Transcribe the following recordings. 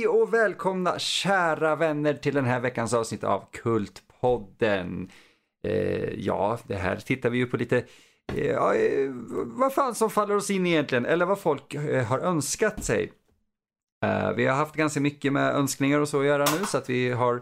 Hej och välkomna kära vänner till den här veckans avsnitt av Kultpodden. Ja, det här tittar vi ju på lite vad fan som faller oss in egentligen, eller vad folk har önskat sig. Vi har haft ganska mycket med önskningar och så att göra nu, så att vi har...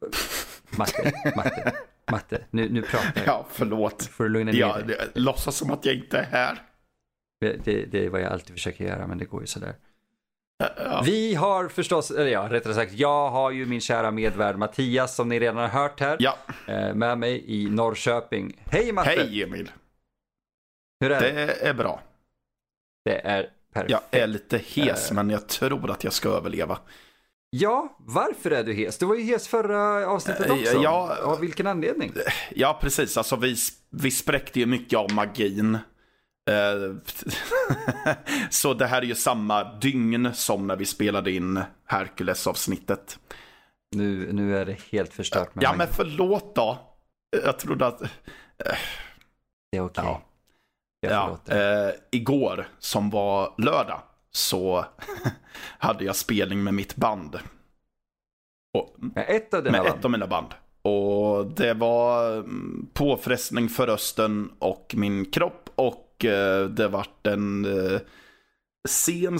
Matte, nu pratar jag. Ja, förlåt. Får du lugna ner dig? Låtsas som att jag inte är här. Det är vad jag alltid försöker göra, men det går ju sådär. Ja. Vi har förstås, eller ja, rättare sagt, jag har ju min kära medvärd Mattias, som ni redan har hört här, med mig i Norrköping. Hej Matte! Hej Emil! Hur är det? Det är bra. Det är perfekt. Jag är lite hes, men jag tror att jag ska överleva. Ja, varför är du hes? Du var ju hes förra avsnittet också. Ja, av vilken anledning? Ja, precis. Alltså, vi spräckte ju mycket av magin. Så det här är ju samma dygn som när vi spelade in Hercules-avsnittet. Nu är det helt förstört med Ja, men förlåt då. Jag trodde att... Det är okej. Ja. Igår, som var lördag, så hade jag spelning med mitt band. Med ett av mina band. Och det var påfrestning för rösten och min kropp. Och det vart en sen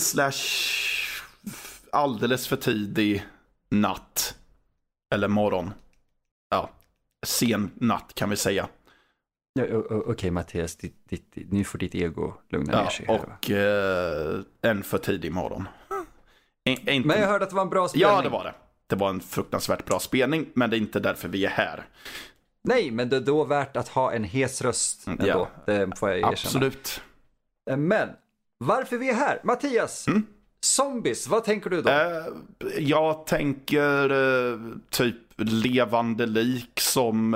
/ alldeles för tidig natt. Eller morgon. Ja, sen natt kan vi säga. Ja, okej, Mattias, nu får ditt ego lugna ner sig. Och en för tidig morgon. Men jag hörde att det var en bra spelning. Ja, det var det. Det var en fruktansvärt bra spelning, men det är inte därför vi är här. Nej, men det är då värt att ha en hes röst ändå. Ja, det får jag erkänna. Absolut. Men varför vi är här? Mattias, zombies, vad tänker du då? Jag tänker typ levande lik som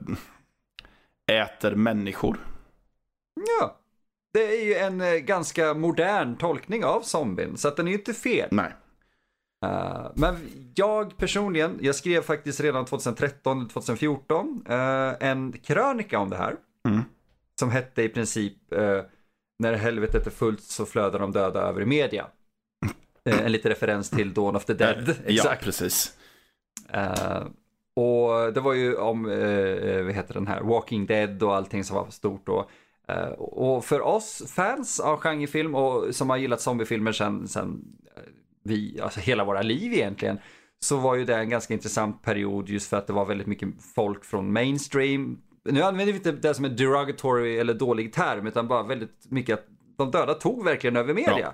äter människor. Ja, det är ju en ganska modern tolkning av zombien, så att den är ju inte fel. Nej. Men jag personligen, jag skrev faktiskt redan 2013-2014 en krönika om det här. Som hette i princip När helvetet är fullt så flödar de döda över i media. En liten referens till Dawn of the Dead. Exakt. Ja, precis. Och det var ju om vad heter den här, Walking Dead och allting som var stort då. Och för oss fans av genrefilm och som har gillat zombiefilmer sen vi, alltså hela våra liv egentligen, så var ju det en ganska intressant period, just för att det var väldigt mycket folk från mainstream. Nu använder vi inte det som en derogatory eller dålig term, utan bara väldigt mycket att de döda tog verkligen över media.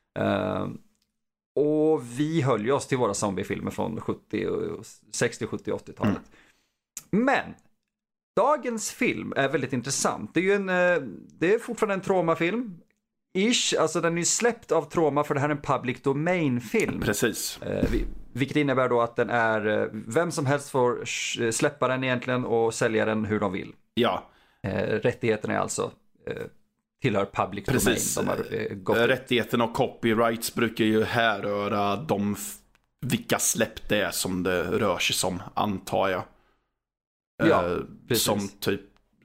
Och vi höll ju oss till våra zombiefilmer från 60, 70, 80-talet. Men dagens film är väldigt intressant. Det är ju det är fortfarande en traumafilm. Alltså den är ju släppt av Troma, för det här är en public domain-film. Precis. Vilket innebär då att den är, vem som helst får släppa den egentligen och sälja den hur de vill. Ja. Rättigheterna är alltså tillhör public Precis. domain. De har rättigheterna och copyrights brukar ju härröra vilka släpp det är som det rör sig som, antar jag. Ja, precis. Som typ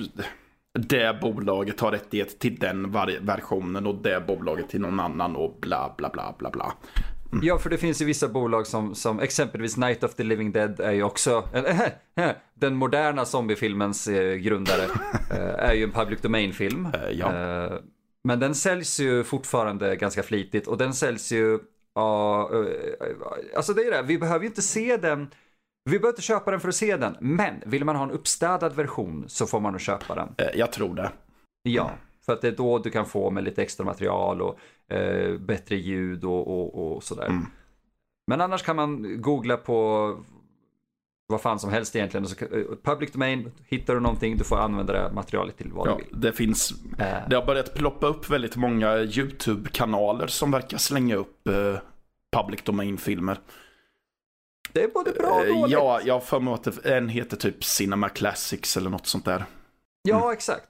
det bolaget har rättighet till den versionen och det bolaget till någon annan och bla bla bla bla bla. Ja, för det finns ju vissa bolag som exempelvis Night of the Living Dead är ju också den moderna zombiefilmens grundare är ju en public domain-film. Men den säljs ju fortfarande ganska flitigt, och den säljs ju alltså det är det, vi behöver ju inte se den. Vi behöver inte köpa den för att se den, men vill man ha en uppstädad version så får man nog köpa den. Jag tror det. Ja, för att det är då du kan få med lite extra material och bättre ljud och sådär. Men annars kan man googla på vad fan som helst egentligen. Public domain, hittar du någonting, du får använda det materialet till vad du vill. Det har börjat ploppa upp väldigt många YouTube-kanaler som verkar slänga upp public domain-filmer. Det är både bra och dåligt. Ja, jag har för mig att en heter typ Cinema Classics eller något sånt där. Ja, exakt.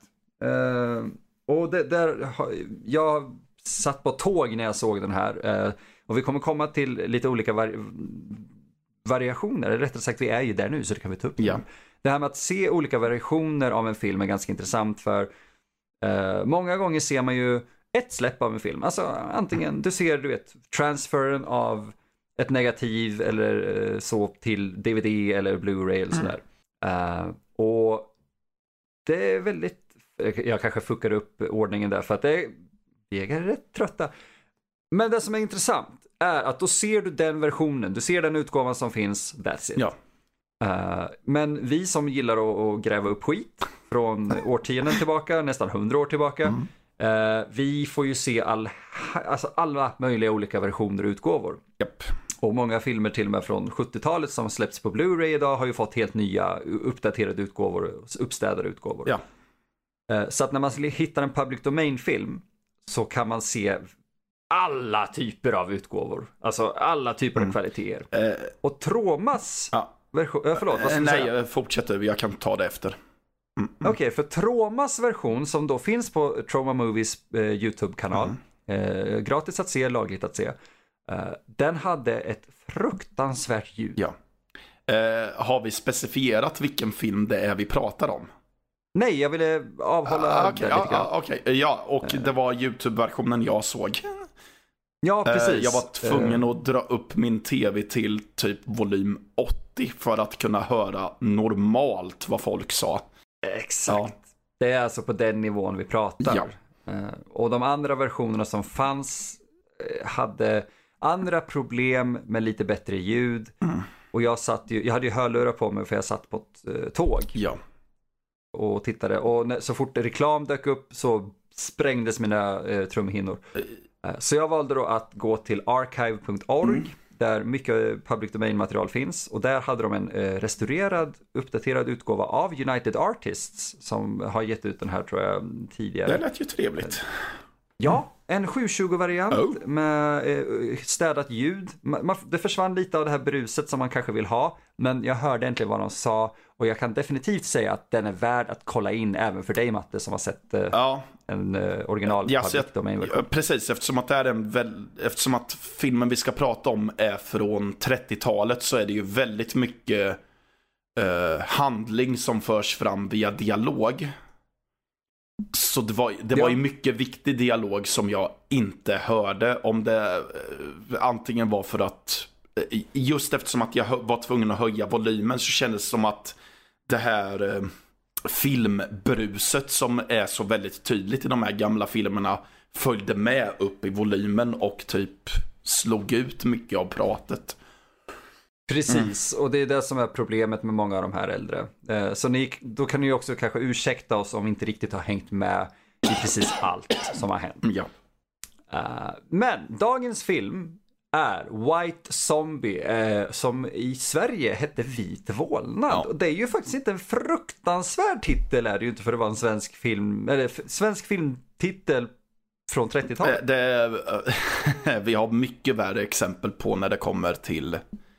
Och jag satt på tåg när jag såg den här. Och vi kommer komma till lite olika variationer. Rättare sagt, vi är ju där nu, så det kan vi ta upp. Ja. Det här med att se olika variationer av en film är ganska intressant, för många gånger ser man ju ett släpp av en film. Alltså antingen du ser, transferen av ett negativ eller så till DVD eller Blu-ray eller sådär. Och det är väldigt, jag kanske fuckar upp ordningen där för att vi är rätt trötta. Men det som är intressant är att då ser du den versionen, du ser den utgåvan som finns, that's it. Ja. Men vi som gillar att gräva upp skit från årtionden tillbaka, nästan 100 år tillbaka, vi får ju se alla möjliga olika versioner och utgåvor. Japp. Och många filmer till och med från 70-talet som släpps på Blu-ray idag har ju fått helt nya uppdaterade utgåvor, uppstädade utgåvor. Ja. Så att när man hittar en public domain-film så kan man se alla typer av utgåvor. Alltså alla typer av kvaliteter. Och Tromas version... förlåt, vad ska du säga? Nej, fortsätter. Jag kan ta det efter. Okej, för Tromas version som då finns på Troma Movies YouTube-kanal. Gratis att se, lagligt att se. Den hade ett fruktansvärt ljud. Ja. Har vi specifierat vilken film det är vi pratar om? Nej, jag ville avhålla lite grann. Ja, och det var YouTube-versionen jag såg. Ja, precis. Jag var tvungen att dra upp min tv till typ volym 80 för att kunna höra normalt vad folk sa. Exakt. Ja. Det är alltså på den nivån vi pratar. Ja. Och de andra versionerna som fanns hade andra problem med lite bättre ljud. Och jag hade ju hörlurar på mig för jag satt på ett tåg. Ja. Och tittade. Och så fort reklam dök upp så sprängdes mina trumhinnor. Så jag valde då att gå till archive.org där mycket public domain material finns. Och där hade de en uppdaterad utgåva av United Artists som har gett ut den här tror jag tidigare. Det lät ju trevligt. Ja, en 720-variant med städat ljud. Det försvann lite av det här bruset som man kanske vill ha. Men jag hörde äntligen vad de sa. Och jag kan definitivt säga att den är värd att kolla in även för dig, Matte, som har sett en original public domain-version. Precis, eftersom att filmen vi ska prata om är från 30-talet så är det ju väldigt mycket handling som förs fram via dialog. Så det var ju mycket viktig dialog som jag inte hörde. Om det antingen var för att just eftersom att jag var tvungen att höja volymen så kändes det som att det här filmbruset som är så väldigt tydligt i de här gamla filmerna följde med upp i volymen och typ slog ut mycket av pratet. Precis, och det är det som är problemet med många av de här äldre. Så då kan ni också kanske ursäkta oss om vi inte riktigt har hängt med i precis allt som har hänt. Ja. Men dagens film är White Zombie, som i Sverige hette Vit vålnad. Ja. Och det är ju faktiskt inte en fruktansvärd titel, är det ju inte, för det var en svensk film, eller svensk filmtitel från 30-talet. Vi har mycket värre exempel på när det kommer till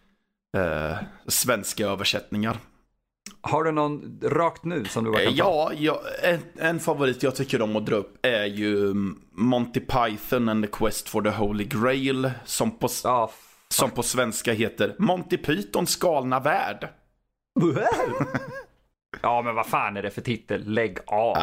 svenska översättningar. Har du någon rakt nu som du kan ta? Ja, en favorit jag tycker om att dra upp är ju Monty Python and the Quest for the Holy Grail som på svenska heter Monty Pythons galna värld. Ja, men vad fan är det för titel? Lägg av.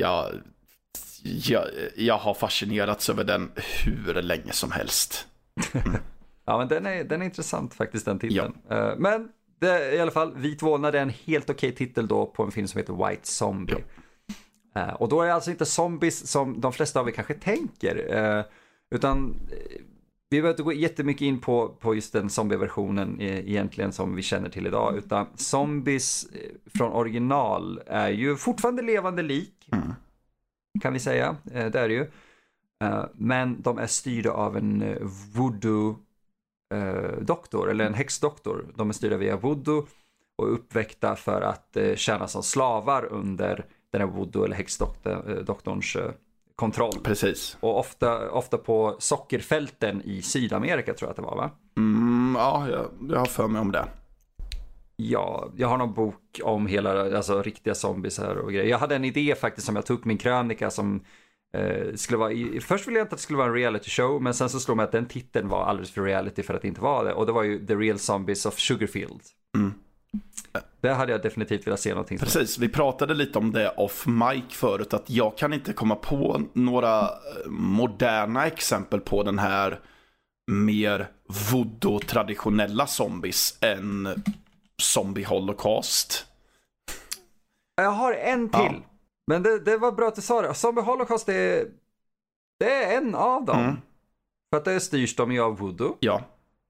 Jag har fascinerats över den hur länge som helst. Ja, men den är intressant faktiskt, den titeln. Ja. Men det är i alla fall, Vit vålnad är en helt okej titel då på en film som heter White Zombie. Ja. Och då är det alltså inte zombies som de flesta av er kanske tänker. Utan vi behöver inte gå jättemycket in på just den zombie-versionen egentligen som vi känner till idag. Utan zombies från original är ju fortfarande levande lik. Kan vi säga. Det är det ju. Men de är styrda av en voodoo doktor, eller en häxdoktor. De är styrda via voodoo och uppväckta för att tjäna som slavar under den här voodoo eller häxdoktorns kontroll. Precis. Och ofta på sockerfälten i Sydamerika tror jag att det var, va? Ja, jag har för mig om det. Ja, jag har någon bok om alltså riktiga zombies här och grejer. Jag hade en idé faktiskt som jag tog upp min krönika som skulle vara först ville jag inte att det skulle vara en reality show, men sen så slog mig att den titeln var alldeles för reality för att det inte var det, och det var ju The Real Zombies of Sugarfield. Det hade jag definitivt velat se någonting. Precis, vi pratade lite om det off mic förut, att jag kan inte komma på några moderna exempel på den här mer voodoo-traditionella zombies än Zombie Holocaust. Jag har en till. Ja. Men det var bra att du sa det. Zombie Holocaust det är en av dem. För att det styrs de ju av voodoo. Ja.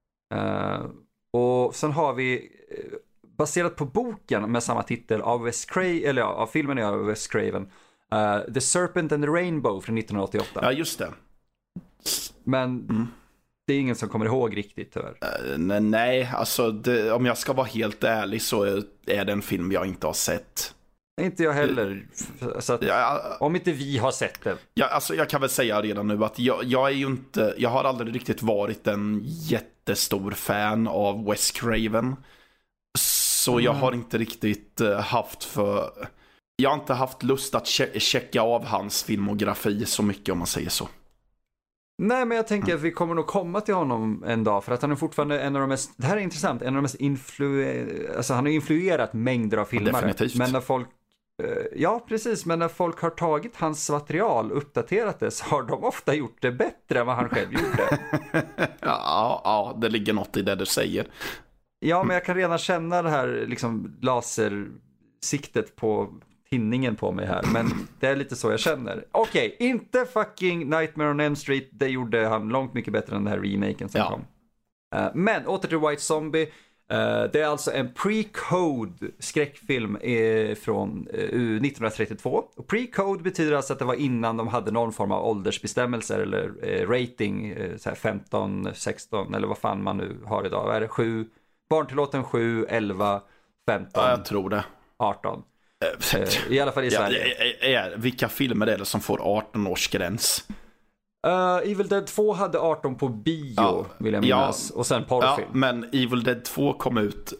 Och sen har vi baserat på boken med samma titel av av filmen av Wes Craven, The Serpent and the Rainbow från 1988. Ja, just det. Men det är ingen som kommer ihåg riktigt tyvärr. Nej, alltså om jag ska vara helt ärlig så är det en film jag inte har sett. Inte jag heller. Så att, om inte vi har sett det. Alltså jag kan väl säga redan nu att jag är ju inte, jag har aldrig riktigt varit en jättestor fan av Wes Craven. Så jag har inte riktigt jag har inte haft lust att checka av hans filmografi så mycket, om man säger så. Nej, men jag tänker att vi kommer nog komma till honom en dag, för att han är fortfarande en av de mest, det här är intressant, en av de mest alltså han har influerat mängder av filmare. Definitivt. Men när folk, ja precis, men när folk har tagit hans material och uppdaterat det, så har de ofta gjort det bättre än vad han själv gjorde. Ja, det ligger något i det du säger. Ja, men jag kan redan känna det här liksom lasersiktet på tinningen på mig här. Men det är lite så jag känner. Okej, inte fucking Nightmare on Elm Street. Det gjorde han långt mycket bättre än den här remaken som kom. Men åter till White Zombie. Det är alltså en pre-code skräckfilm från 1932. Och pre-code betyder alltså att det var innan de hade någon form av åldersbestämmelser eller rating, så här 15, 16 eller vad fan man nu har idag. Är det 7? Barntillåten 7, 11, 15. Ja, jag tror det. 18. I alla fall i Sverige. Vilka filmer är det som får 18-årsgräns? Evil Dead 2 hade 18 på bio, vill jag minnas. Och sen porrfilm. Ja, men Evil Dead 2 kom ut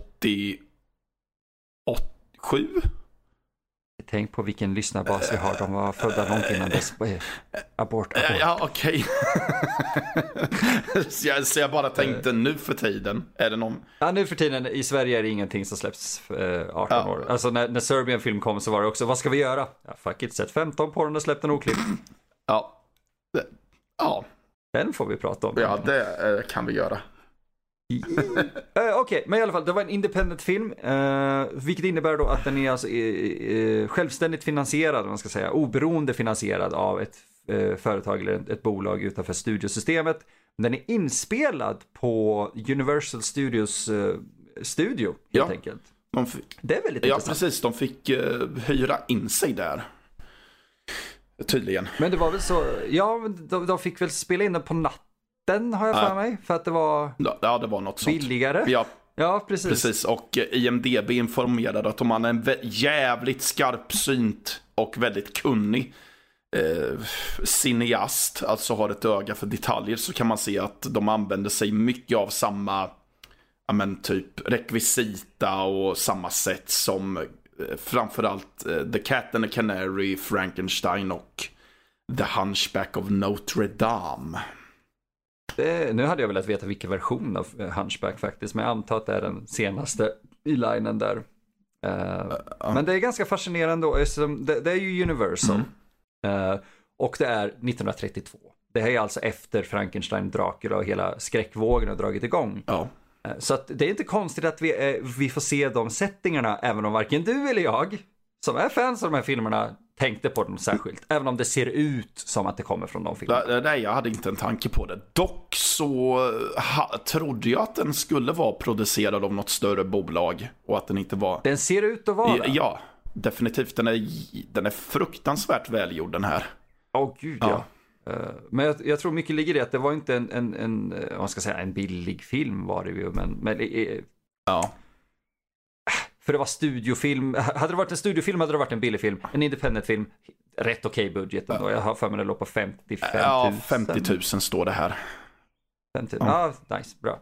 87. Tänk på vilken lyssnarbas vi har. De var födda långt innan dess. Abort. Ja, okej. Så jag bara tänkte nu för tiden. Är det någon... Ja, nu för tiden i Sverige är det ingenting som släpps 18 år. Alltså när Serbian film kom så var det också, vad ska vi göra? Ja, fuck it, sätt 15 på den och släpp den oklippt. Ja. Den får vi prata om. Ja, det kan vi göra. Okej, men i alla fall, det var en independent film, vilket innebär då att den är alltså självständigt finansierad, man ska säga, oberoende finansierad av ett företag eller ett bolag utanför studiosystemet. Den är inspelad på Universal Studios studio, helt enkelt. Det är väldigt intressant. Ja, precis. De fick hyra in sig där. Tydligen. Men det var väl så, de fick väl spela in den på natten, har jag för mig, för att det var det var något sånt. Billigare. Ja, precis. Och IMDb informerade att om man är en jävligt skarpsynt och väldigt kunnig cineast, alltså har ett öga för detaljer, så kan man se att de använder sig mycket av samma typ rekvisita och samma sätt som framförallt The Cat and the Canary, Frankenstein och The Hunchback of Notre Dame. Nu hade jag velat veta vilken version av Hunchback faktiskt, men jag antar att det är den senaste i linen där. Men det är ganska fascinerande då, det är ju Universal. Och det är 1932. Det här är alltså efter Frankenstein, Dracula och hela skräckvågen har dragit igång. Så att det är inte konstigt att vi får se de settingarna, även om varken du eller jag som är fans av de här filmerna tänkte på dem särskilt. Även om det ser ut som att det kommer från de filmerna. Nej, jag hade inte en tanke på det. Dock så trodde jag att den skulle vara producerad av något större bolag. Och att den inte var... Den ser ut att vara det. Ja, definitivt. Den är fruktansvärt välgjord, den här. Gud, ja. Men jag tror mycket ligger i det att det var inte en billig film var det ju, men för det var studiofilm. Hade det varit en studiofilm hade det varit en billig film. En independent film, rätt okej budget ändå. Jag har för mig det låg på 55 000. Ja, 50 000 står det här. 50 000. Nice, bra.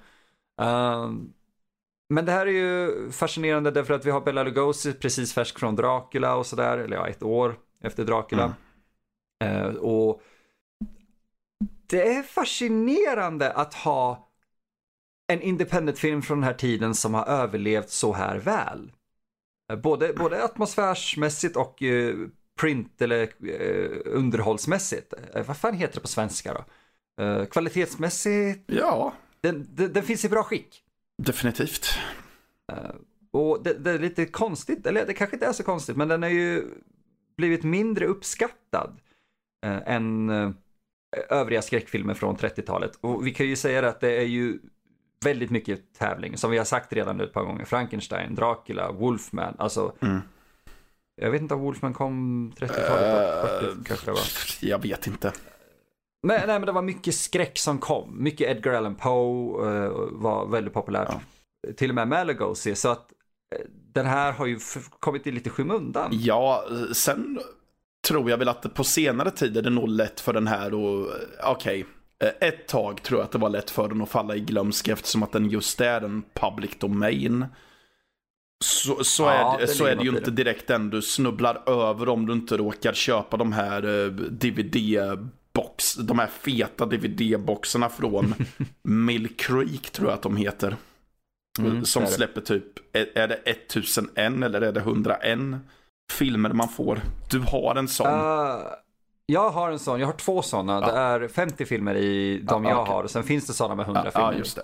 Men det här är ju fascinerande därför att vi har Bela Lugosi precis färsk från Dracula och sådär, eller ett år efter Dracula. Och det är fascinerande att ha en independent-film från den här tiden som har överlevt så här väl. Både atmosfärsmässigt och print eller underhållsmässigt. Vad fan heter det på svenska då? Kvalitetsmässigt, Ja, den finns i bra skick. definitivt. Och det är lite konstigt, eller det kanske inte är så konstigt, men den är ju blivit mindre uppskattad än övriga skräckfilmer från 30-talet. Och vi kan ju säga att det är ju väldigt mycket tävling, som vi har sagt redan nu ett par gånger. Frankenstein, Dracula, Wolfman, alltså jag vet inte om Wolfman kom 30-talet, 40 kanske det var. Jag vet inte. Men det var mycket skräck som kom. Mycket Edgar Allan Poe var väldigt populärt. Ja. Till och med Malagosi. Så att den här har ju kommit i lite skymundan. Ja, sen tror jag väl att på senare tid är det nog lätt för den här och ett tag tror jag att det var lätt för den att falla i glömska eftersom att den just är en public domain. Så är det ju inte direkt den du snubblar över om du inte råkar köpa de här de här feta DVD-boxarna från Mill Creek tror jag att de heter. Som släpper typ, är det 1001 eller är det 101 filmer man får? Du har en sån. Jag har en sån, jag har 2 såna. Det är 50 filmer i de jag har. Och sen finns det såna med 100 filmer. Ja, just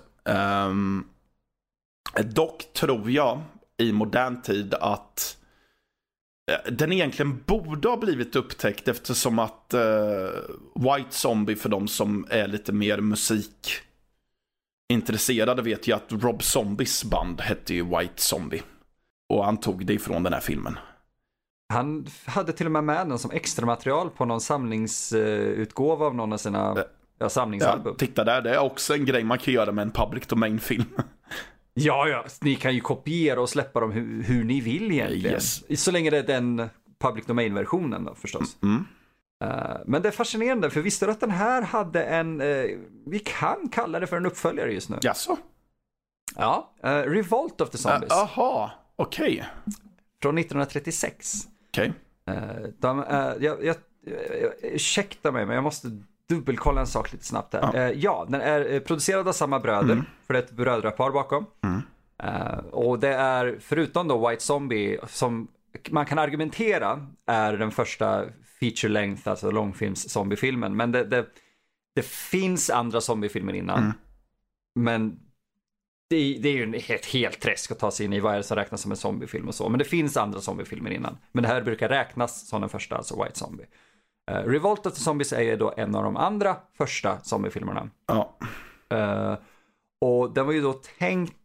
det. Dock tror jag i modern tid att den egentligen borde ha blivit upptäckt eftersom att White Zombie, för de som är lite mer musikintresserade, vet ju att Rob Zombies band hette ju White Zombie. Och han tog det ifrån den här filmen. Han hade till och med den som extra material på någon samlingsutgåva av någon av sina samlingsalbum. Ja, titta där, det är också en grej man kan göra med en public domain-film. Ja, ni kan ju kopiera och släppa dem hur ni vill egentligen. Yes. Så länge det är den public domain-versionen då, förstås. Men det är fascinerande, för visste du att den här hade en, vi kan kalla det för en uppföljare just nu. Jaså? Ja, Revolt of the Zombies. Aha, okej. Från 1936. Okej. Ursäkta mig, men jag måste dubbelkolla en sak lite snabbt här. Den är producerad av samma bröder, för det är ett brödrapar bakom. Och det är, förutom då White Zombie, som man kan argumentera är den första feature length, alltså långfilms zombiefilmen. Men det finns andra zombiefilmer innan. Men det är ju ett helt träsk att ta sig in i vad är det som räknas som en zombiefilm och så. Men det finns andra zombiefilmer innan. Men det här brukar räknas som den första, alltså White Zombie. Revolt of the Zombies är då en av de andra första zombiefilmerna. Ja. Och den var ju då tänkt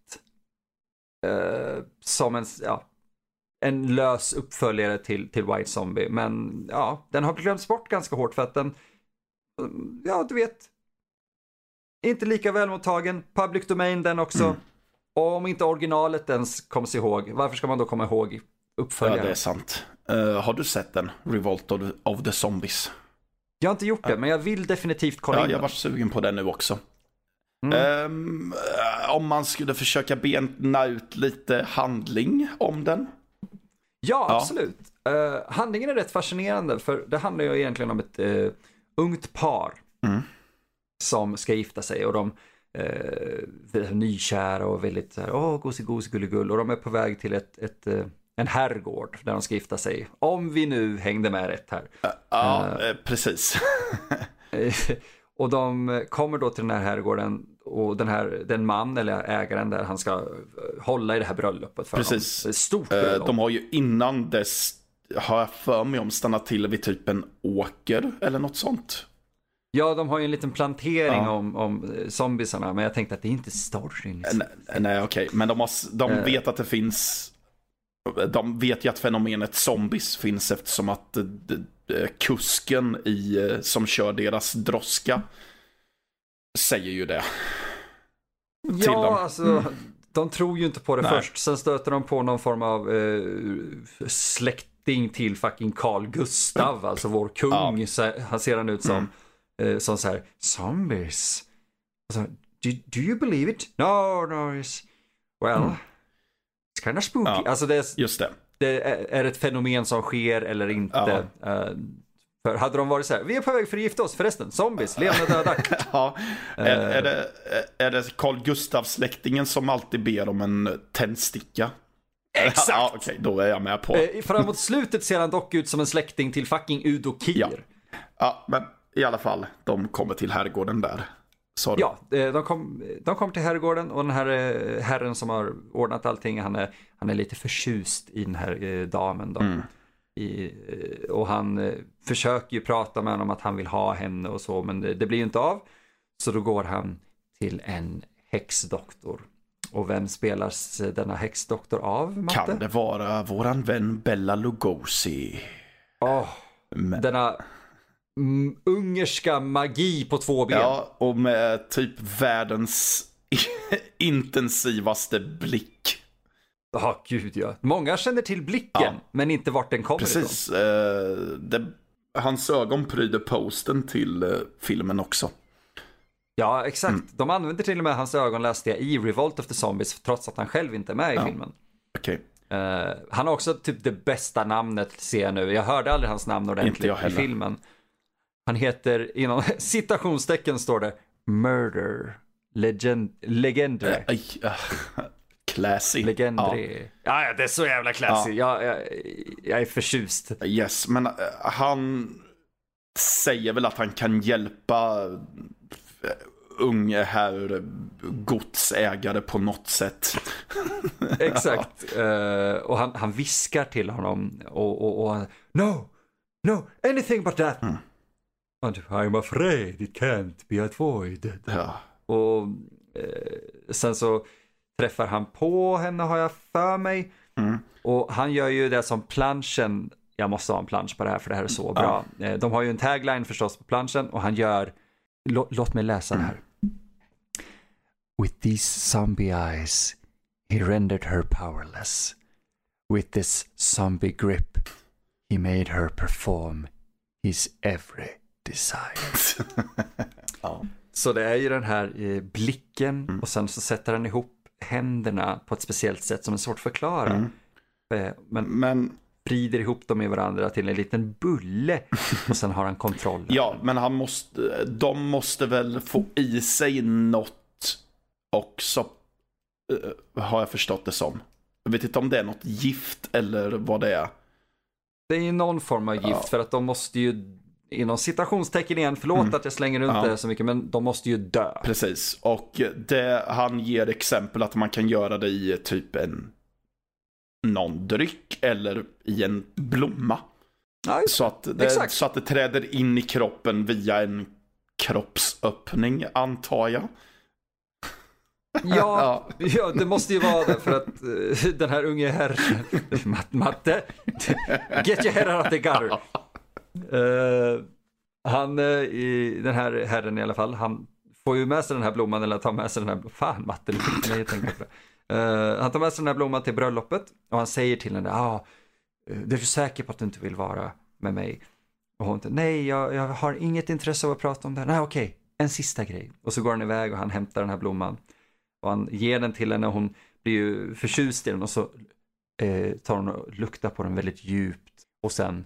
som en lös uppföljare till White Zombie. Men den har glömts bort ganska hårt för att den, du vet, inte lika välmottagen. Public domain den också. Och om inte originalet ens kommer ihåg, varför ska man då komma ihåg uppföljaren? Ja, det är sant. Har du sett den? Revolt of the Zombies? Jag har inte gjort det, men jag vill definitivt kolla in jag var sugen på den nu också. Om man skulle försöka bena ut lite handling om den? Ja, absolut. Handlingen är rätt fascinerande, för det handlar ju egentligen om ett ungt par som ska gifta sig, och de är nykära och väldigt så här, gos gulligull, och de är på väg till en herrgård där de ska gifta sig. Om vi nu hängde med rätt här. Precis. Och de kommer då till den här herrgården, och den man eller ägaren där, han ska hålla i det här bröllopet för precis. Dem. Stort bröllop. De har ju innan dess, har jag för mig, om stannat till vid typ en åker eller något sånt. Ja, de har ju en liten plantering om zombiesarna, men jag tänkte att det är inte storyn. Liksom. Nej, okej. Men de vet att det finns. De vet ju att fenomenet zombies finns eftersom att kusken som kör deras droska säger ju det. Till dem. Alltså de tror ju inte på det först. Sen stöter de på någon form av släkting till fucking Carl Gustav, alltså vår kung. Han ser han ut som så här, zombies. Alltså, do you believe it? No, it's kind of spooky. Alltså just det. Det är ett fenomen som sker eller inte. För hade de varit så här, vi är på väg för att gifta oss förresten, zombies, levande döda. Är det Carl Gustav-släktingen som alltid ber om en tändsticka? Exakt! Okej, då är jag med på. Framåt slutet ser han dock ut som en släkting till fucking Udo Kier. Ja, men i alla fall, de kommer till herrgården där. Ja, de kom till herrgården och den här herren som har ordnat allting, han är lite förtjust i den här damen då. Och han försöker ju prata med honom att han vill ha henne och så, men det blir ju inte av. Så då går han till en häxdoktor. Och vem spelas denna häxdoktor av, Matte? Kan det vara våran vän Bela Lugosi? Denna ungerska magi på 2 ben. Ja, och med typ världens intensivaste blick. Gud ja. Många känner till blicken, men inte vart den kommer precis, ifrån. Hans ögon pryder posten till filmen också. Ja, exakt. De använder till och med hans ögon, läste jag, i Revolt of the Zombies, trots att han själv inte är med i filmen. Okay. Han har också typ det bästa namnet, ser jag nu. Jag hörde aldrig hans namn ordentligt i filmen. Han heter, inom citationstecken står det, Murder Legendary. Classy. Legendary. Ja, det är så jävla classy. Jag är förtjust. Yes, men han säger väl att han kan hjälpa unge här godsägare på något sätt. Exakt. Och han viskar till honom och no, anything but that. I'm afraid it can't be avoided. Ja. Och sen så träffar han på henne, har jag för mig. Och han gör ju det som planschen. Jag måste ha en plansch på det här, för det här är så bra. De har ju en tagline förstås på planschen, och han gör, låt mig läsa det här. With these zombie eyes he rendered her powerless. With this zombie grip he made her perform his every desire. Så det är ju den här blicken, och sen så sätter han ihop händerna på ett speciellt sätt som är svårt att förklara. Men vrider ihop dem i varandra till en liten bulle, och sen har han kontroll. Ja, men de måste väl få i sig något också, har jag förstått det som. Jag vet inte om det är något gift eller vad det är. Det är någon form av gift, för att de måste ju, inom citationstecken igen, förlåt att jag slänger runt det så mycket, men de måste ju dö. Precis, och han ger exempel att man kan göra det i typ någon dryck eller i en blomma. Ja, så att det träder in i kroppen via en kroppsöppning, antar jag. Ja, det måste ju vara det, för att den här unge herren Matte, get your head out of the gutter. Den här herren i alla fall, han får ju med sig den här blomman, eller tar med sig den här, fan Matte, jag tänker på det. Han tar med sig den här blomman till bröllopet, och han säger till henne, du är så säker på att du inte vill vara med mig? Och hon säger, nej, jag har inget intresse av att prata om det här. Nej, okej, en sista grej. Och så går han iväg och han hämtar den här blomman. Och han ger den till henne, och hon blir ju förtjust i den, och så tar hon och luktar på den väldigt djupt. Och sen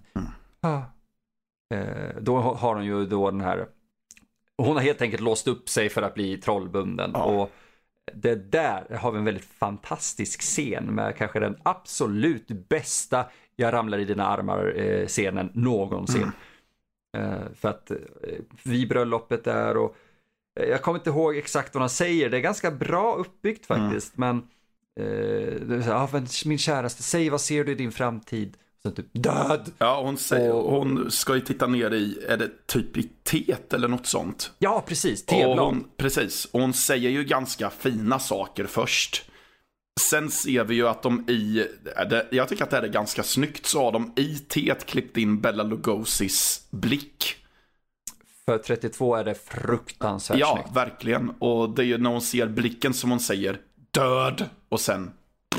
då har hon ju då den här, hon har helt enkelt låst upp sig för att bli trollbunden. Och det där har vi en väldigt fantastisk scen med kanske den absolut bästa jag ramlar i dina armar scenen någonsin. För att vid bröllopet där, och jag kommer inte ihåg exakt vad han säger. Det är ganska bra uppbyggt faktiskt. Men min käraste, säg, vad ser du i din framtid? Så typ död. Ja, hon ska ju titta ner i, är det typ i teet eller något sånt? Ja, precis, teblad. Precis, och hon säger ju ganska fina saker först. Sen ser vi ju att jag tycker att det är ganska snyggt, så har de i teet klippt in Bela Lugosis blick. För 32 är det fruktansvärt snyggt. Ja, verkligen. Och det är ju när hon ser blicken som hon säger död, och sen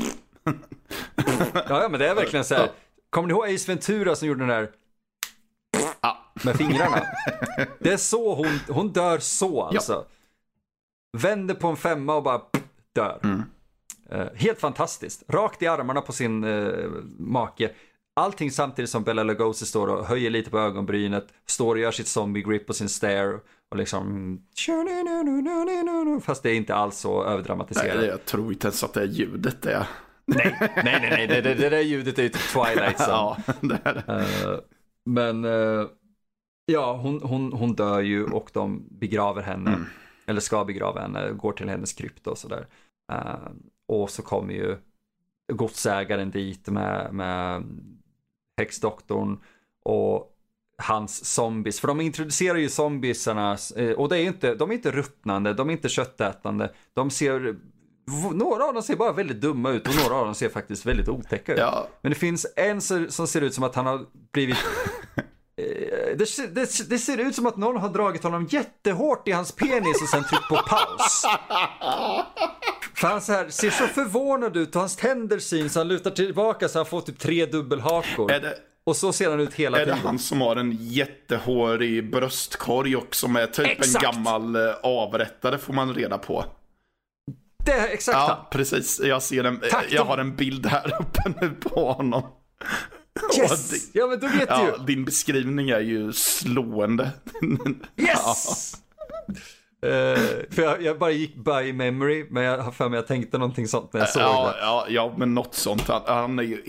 ja, men det är verkligen så här. Kommer ni ihåg Ace Ventura som gjorde den där med fingrarna? Det är så hon dör så, alltså. Vänder på en 5 och bara dör. Helt fantastiskt. Rakt i armarna på sin make. Allting samtidigt som Bela Lugosi står och höjer lite på ögonbrynet, står och gör sitt zombie grip på sin stare och liksom, fast det är inte alls så överdramatiserat. Nej, jag tror inte ens att det är ljudet det. Nej, det där ljudet är ju typ Twilight. Ja, det är det. Men Ja, hon dör ju och de begraver henne. Eller ska begrava henne, går till hennes krypta och sådär. Och så kommer ju godsägaren dit med häxdoktorn och hans zombies. För de introducerar ju zombiesarna och de är inte ruttnande, de är inte köttätande. Några av dem ser bara väldigt dumma ut och några av dem ser faktiskt väldigt otäcka ut. Ja. Men det finns en som ser ut som att han har blivit... Det ser ut som att någon har dragit honom jättehårt i hans penis och sen tryckt på paus. För han ser så förvånad ut och hans tänder syns, han lutar tillbaka så han får typ 3 dubbelhakor. Och så ser han ut hela tiden. Är det han som har en jättehårig bröstkorg och som är typ exakt en gammal avrättare, får man reda på? Det är exakt. Ja, precis. Jag har en bild här uppe nu på honom. Yes! Ja, men då vet du ju. Din beskrivning är ju slående. Yes! För jag bara gick by memory, men jag har för mig jag tänkte någonting sånt när jag såg det. Ja, men något sånt. Han är ju...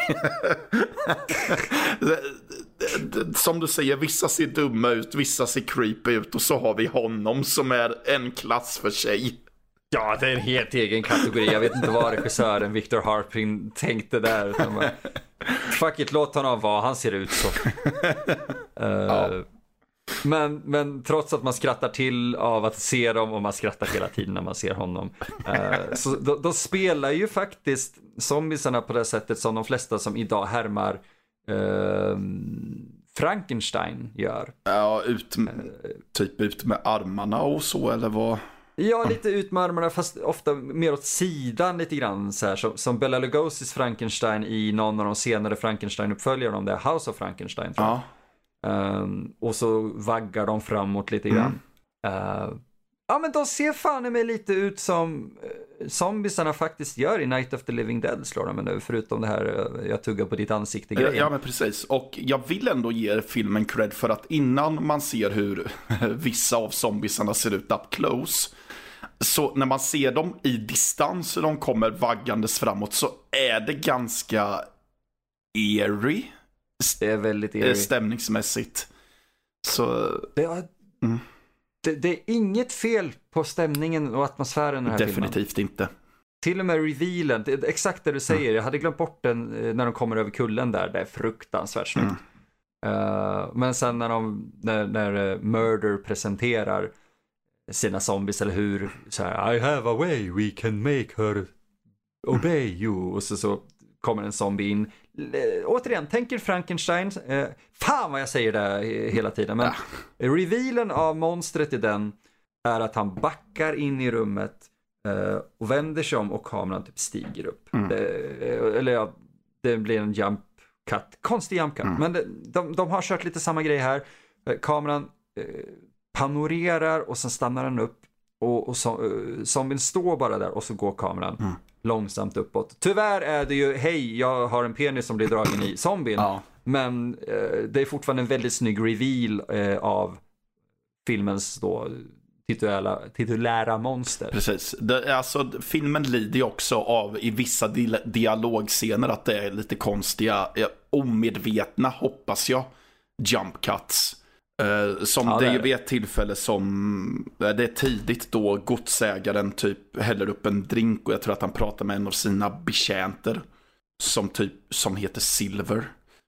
Som du säger, vissa ser dumma ut, vissa ser creepy ut och så har vi honom som är en klass för sig. Ja, det är en helt egen kategori. Jag vet inte vad regissören Victor Harpin tänkte där. Utan bara, fuck it, låt honom vara. Han ser ut så. Men trots att man skrattar till av att se dem och man skrattar hela tiden när man ser honom. Så då spelar ju faktiskt zombiesarna på det sättet som de flesta som idag härmar Frankenstein gör. Ja, typ ut med armarna och så, eller vad? Ja, lite ut med armarna, fast ofta mer åt sidan lite grann så här, som Bela Lugosi's Frankenstein i någon av de senare Frankenstein-uppföljarna, om det är House of Frankenstein, tror jag. Och så vaggar de framåt lite grann. Ja, men de ser fan i mig lite ut som zombiesarna faktiskt gör i Night of the Living Dead, slår de nu, förutom det här jag tuggar på ditt ansikte grejen. Ja, men precis. Och jag vill ändå ge filmen cred för att innan man ser hur vissa av zombiesarna ser ut up close, så när man ser dem i distans och de kommer vaggandes framåt, så är det ganska eerie. Det är väldigt eerie. Stämningsmässigt. Så... Det är inget fel på stämningen och atmosfären i den här definitivt filmen. Inte. Till och med revealen, exakt det du säger. Jag hade glömt bort den när de kommer över kullen där. Det är fruktansvärt snyggt. Men sen när Murder presenterar sina zombies, eller hur, så här, I have a way we can make her obey you. Och så kommer en zombie in. Återigen, tänker Frankenstein. Fan vad jag säger det hela tiden. Men revealen av monstret i den är att han backar in i rummet och vänder sig om och kameran typ stiger upp. Det blir en jump cut. Konstig jump cut. Men de har kört lite samma grej här. Kameran panorerar och sen stannar den upp. Och zombien står bara där och så går kameran långsamt uppåt. Tyvärr är det ju, hej, jag har en penis som blir dragen i zombien. Men det är fortfarande en väldigt snygg reveal av filmens då titulära monster. Precis. Alltså, filmen lider ju också av i vissa dialogscener att det är lite konstiga, omedvetna, hoppas jag, jump cuts. Som det är ju vid ett tillfälle som det är tidigt då godsägaren typ häller upp en drink och jag tror att han pratar med en av sina betjänter som heter Silver.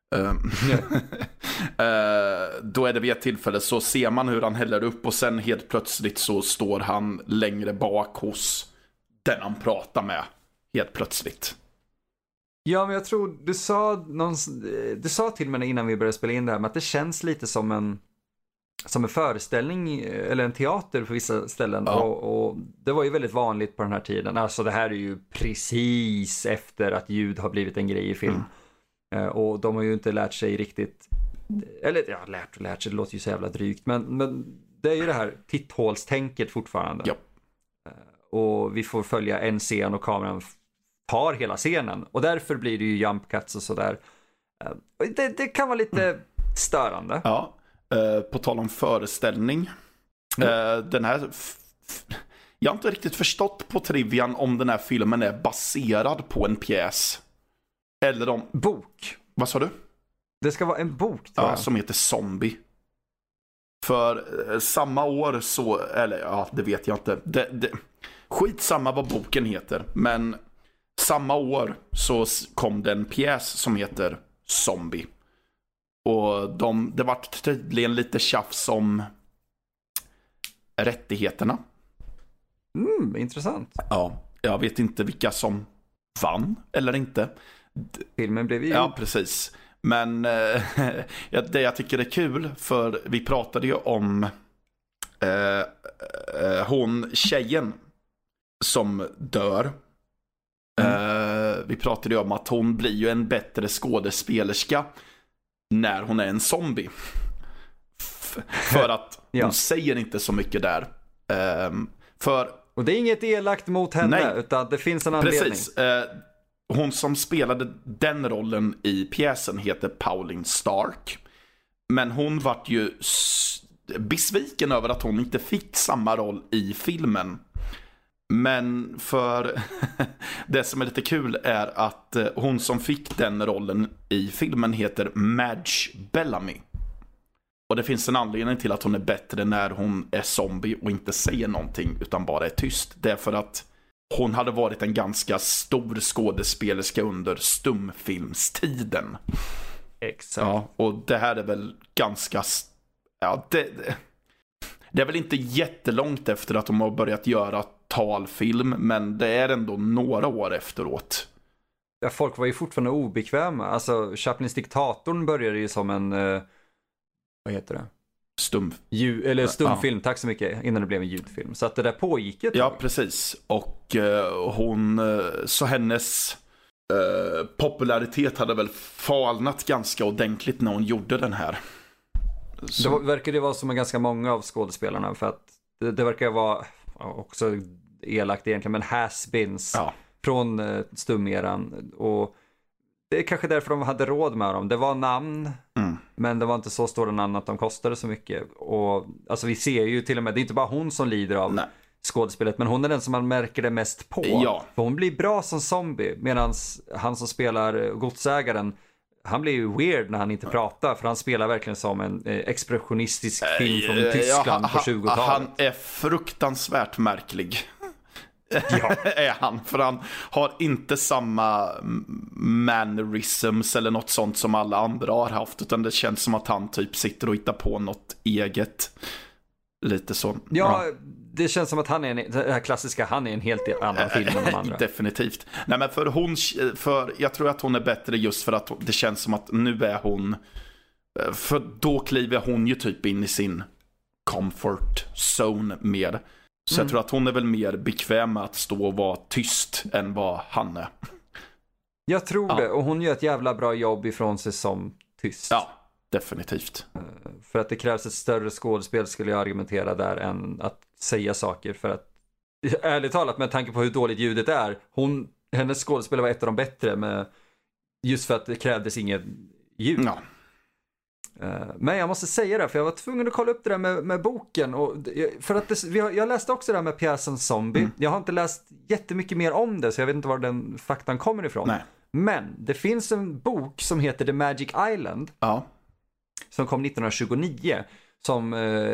Då är det vid ett tillfälle så ser man hur han häller upp och sen helt plötsligt så står han längre bak hos den han pratar med helt plötsligt. Ja, men jag tror du sa till mig innan vi började spela in det här, men att det känns lite som en föreställning eller en teater på vissa ställen. Och det var ju väldigt vanligt på den här tiden. Alltså det här är ju precis efter att ljud har blivit en grej i film. Och de har ju inte lärt sig riktigt, eller ja, lärt sig, det låter ju så jävla drygt, men det är ju det här titthålstänket fortfarande. Ja. Och vi får följa en scen och kameran tar hela scenen. Och därför blir det ju jump cuts och sådär. Det kan vara lite störande. Ja, på tal om föreställning. Den här... Jag har inte riktigt förstått på trivian om den här filmen är baserad på en pjäs. Eller om... Bok. Vad sa du? Det ska vara en bok, tror jag. Som heter Zombie. För samma år så, eller ja, det vet jag inte. Skitsamma vad boken heter. Men samma år så kom det en pjäs som heter Zombie. Och det var tydligen lite tjafs om rättigheterna. Intressant. Ja, jag vet inte vilka som vann eller inte. Filmen blev ju... Ja, precis. Men det jag tycker är kul, för vi pratade ju om hon tjejen som dör. Vi pratade ju om att hon blir ju en bättre skådespelerska när hon är en zombie. För att hon säger inte så mycket där. Och det är inget elakt mot henne, nej, utan det finns en anledning. Precis. Hon som spelade den rollen i pjäsen heter Pauline Stark. Men hon vart ju besviken över att hon inte fick samma roll i filmen. Men för det som är lite kul är att hon som fick den rollen i filmen heter Madge Bellamy. Och det finns en anledning till att hon är bättre när hon är zombie och inte säger någonting utan bara är tyst. Det är för att hon hade varit en ganska stor skådespelerska under stumfilmstiden. Exakt. Ja, och det här är väl ganska... Ja, det är väl inte jättelångt efter att de har börjat göra talfilm, men det är ändå några år efteråt. Ja, folk var ju fortfarande obekväma. Alltså, Chaplins diktatorn började ju som en... vad heter det? Stumfilm, tack så mycket, innan det blev en ljudfilm. Så att det där pågick ett tag. Ja, precis. Och så hennes popularitet hade väl falnat ganska ordentligt när hon gjorde den här. Så. Det verkar det vara som ganska många av skådespelarna, för att det verkar vara också elakt egentligen, men has-beens från stumeran. Och det är kanske därför de hade råd med dem. Det var namn, men det var inte så stora namn att de kostade så mycket. Och alltså vi ser ju till och med, det är inte bara hon som lider av skådespelet, men hon är den som man märker det mest på. Ja. För hon blir bra som zombie, medan han som spelar godsägaren, han blir ju weird när han inte pratar, för han spelar verkligen som en expressionistisk film från Tyskland på 20-talet. Han är fruktansvärt märklig. Ja. Är han, för han har inte samma mannerisms eller något sånt som alla andra har haft, utan det känns som att han typ sitter och hittar på något eget. Lite så. Ja, det känns som att han är det här klassiska, han är en helt annan film än de andra. Definitivt. Nej, men för jag tror att hon är bättre just för att det känns som att nu är hon, för då kliver hon ju typ in i sin comfort zone mer. Så jag tror att hon är väl mer bekväm med att stå och vara tyst än vad han är. Jag tror det, och hon gör ett jävla bra jobb ifrån sig som tyst. Ja, definitivt. För att det krävs ett större skådespel, skulle jag argumentera där, än att säga saker. För att, ärligt talat, med tanke på hur dåligt ljudet är, hennes skådespel var ett av de bättre, just för att det krävdes inget ljud. Ja. Men jag måste säga det, för jag var tvungen att kolla upp det där med boken. Och för att jag läste också det där med pjäsen Zombie. Jag har inte läst jättemycket mer om det, så jag vet inte var den faktan kommer ifrån. Nej. Men det finns en bok som heter The Magic Island. Ja. Som kom 1929. Som